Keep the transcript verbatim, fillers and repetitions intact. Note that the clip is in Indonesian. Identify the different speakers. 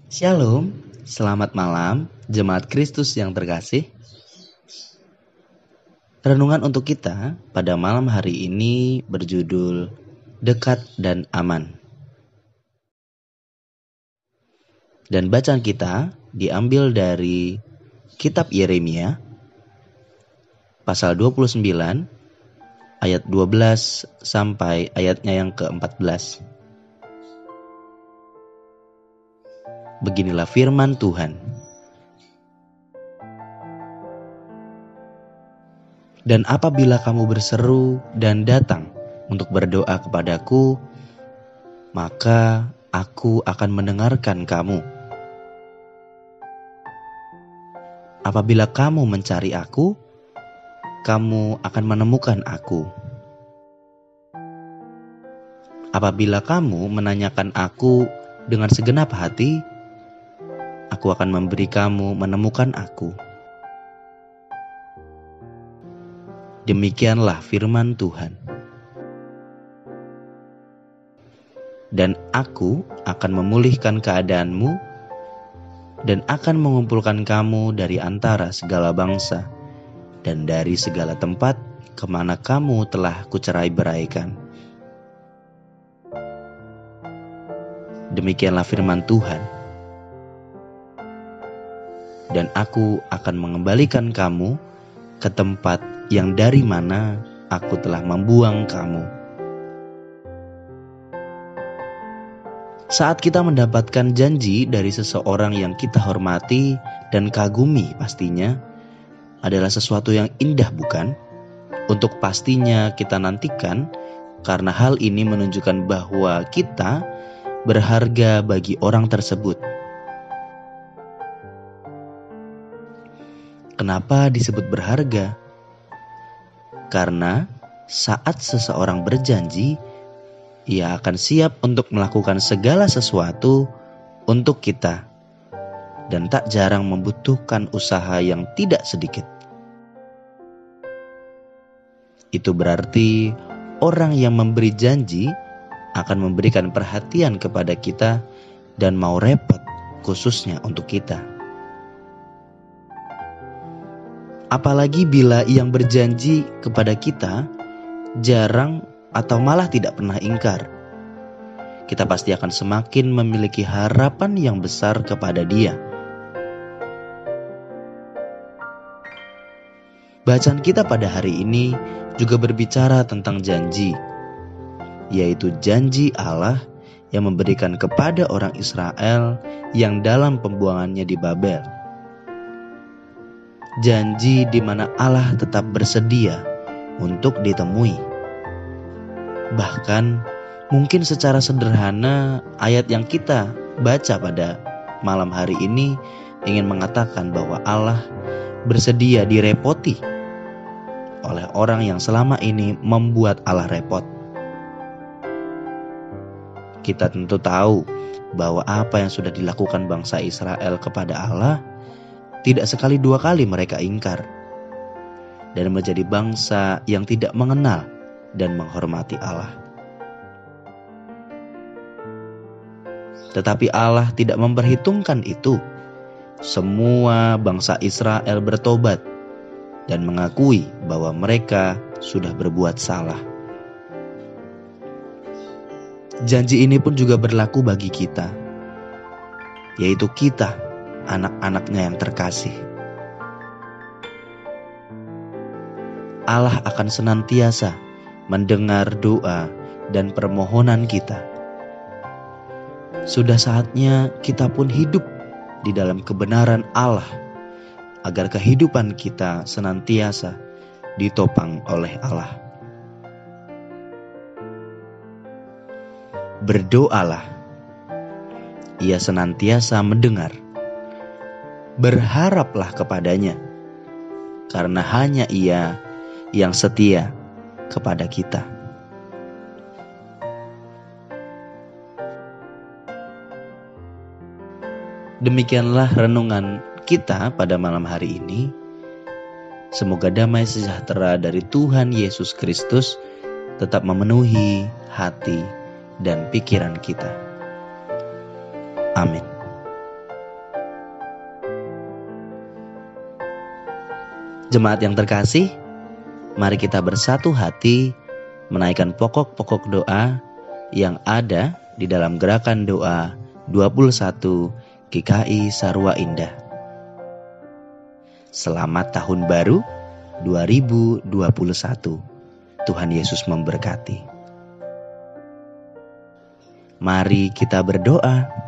Speaker 1: Shalom, selamat malam, jemaat Kristus yang terkasih. Renungan untuk kita pada malam hari ini berjudul Dekat dan Aman. Dan bacaan kita diambil dari kitab Yeremia, pasal dua puluh sembilan, ayat dua belas sampai ayatnya yang keempat belas. Beginilah firman Tuhan. Dan apabila kamu berseru dan datang untuk berdoa kepadaku, maka aku akan mendengarkan kamu. Apabila kamu mencari aku, kamu akan menemukan aku. Apabila kamu menanyakan aku dengan segenap hati, aku akan memberi kamu menemukan aku. Demikianlah firman Tuhan. Dan aku akan memulihkan keadaanmu dan akan mengumpulkan kamu dari antara segala bangsa dan dari segala tempat kemana kamu telah kucerai-beraikan. Demikianlah firman Tuhan. Dan aku akan mengembalikan kamu ke tempat yang dari mana aku telah membuang kamu. Saat kita mendapatkan janji dari seseorang yang kita hormati dan kagumi, pastinya adalah sesuatu yang indah, bukan? Untuk pastinya kita nantikan, karena hal ini menunjukkan bahwa kita berharga bagi orang tersebut. Kenapa disebut berharga? Karena saat seseorang berjanji, ia akan siap untuk melakukan segala sesuatu untuk kita, dan tak jarang membutuhkan usaha yang tidak sedikit. Itu berarti orang yang memberi janji akan memberikan perhatian kepada kita dan mau repot khususnya untuk kita. Apalagi bila yang berjanji kepada kita jarang atau malah tidak pernah ingkar, kita pasti akan semakin memiliki harapan yang besar kepada dia. Bacaan kita pada hari ini juga berbicara tentang janji, yaitu janji Allah yang memberikan kepada orang Israel yang dalam pembuangannya di Babel. Janji di mana Allah tetap bersedia untuk ditemui. Bahkan mungkin secara sederhana ayat yang kita baca pada malam hari ini ingin mengatakan bahwa Allah bersedia direpoti oleh orang yang selama ini membuat Allah repot. Kita tentu tahu bahwa apa yang sudah dilakukan bangsa Israel kepada Allah tidak sekali dua kali mereka ingkar dan menjadi bangsa yang tidak mengenal dan menghormati Allah. Tetapi Allah tidak memperhitungkan itu. Semua bangsa Israel bertobat dan mengakui bahwa mereka sudah berbuat salah. Janji ini pun juga berlaku bagi kita, yaitu kita, anak-anaknya yang terkasih. Allah akan senantiasa mendengar doa dan permohonan kita. Sudah saatnya kita pun hidup di dalam kebenaran Allah, agar kehidupan kita senantiasa ditopang oleh Allah. Berdoalah, Ia senantiasa mendengar. Berharaplah kepadanya, karena hanya Ia yang setia kepada kita. Demikianlah renungan kita pada malam hari ini. Semoga damai sejahtera dari Tuhan Yesus Kristus tetap memenuhi hati dan pikiran kita. Amin. Jemaat yang terkasih, mari kita bersatu hati menaikkan pokok-pokok doa yang ada di dalam gerakan doa dua puluh satu G K I Sarwa Indah. Selamat Tahun Baru dua ribu dua puluh satu. Tuhan Yesus memberkati. Mari kita berdoa.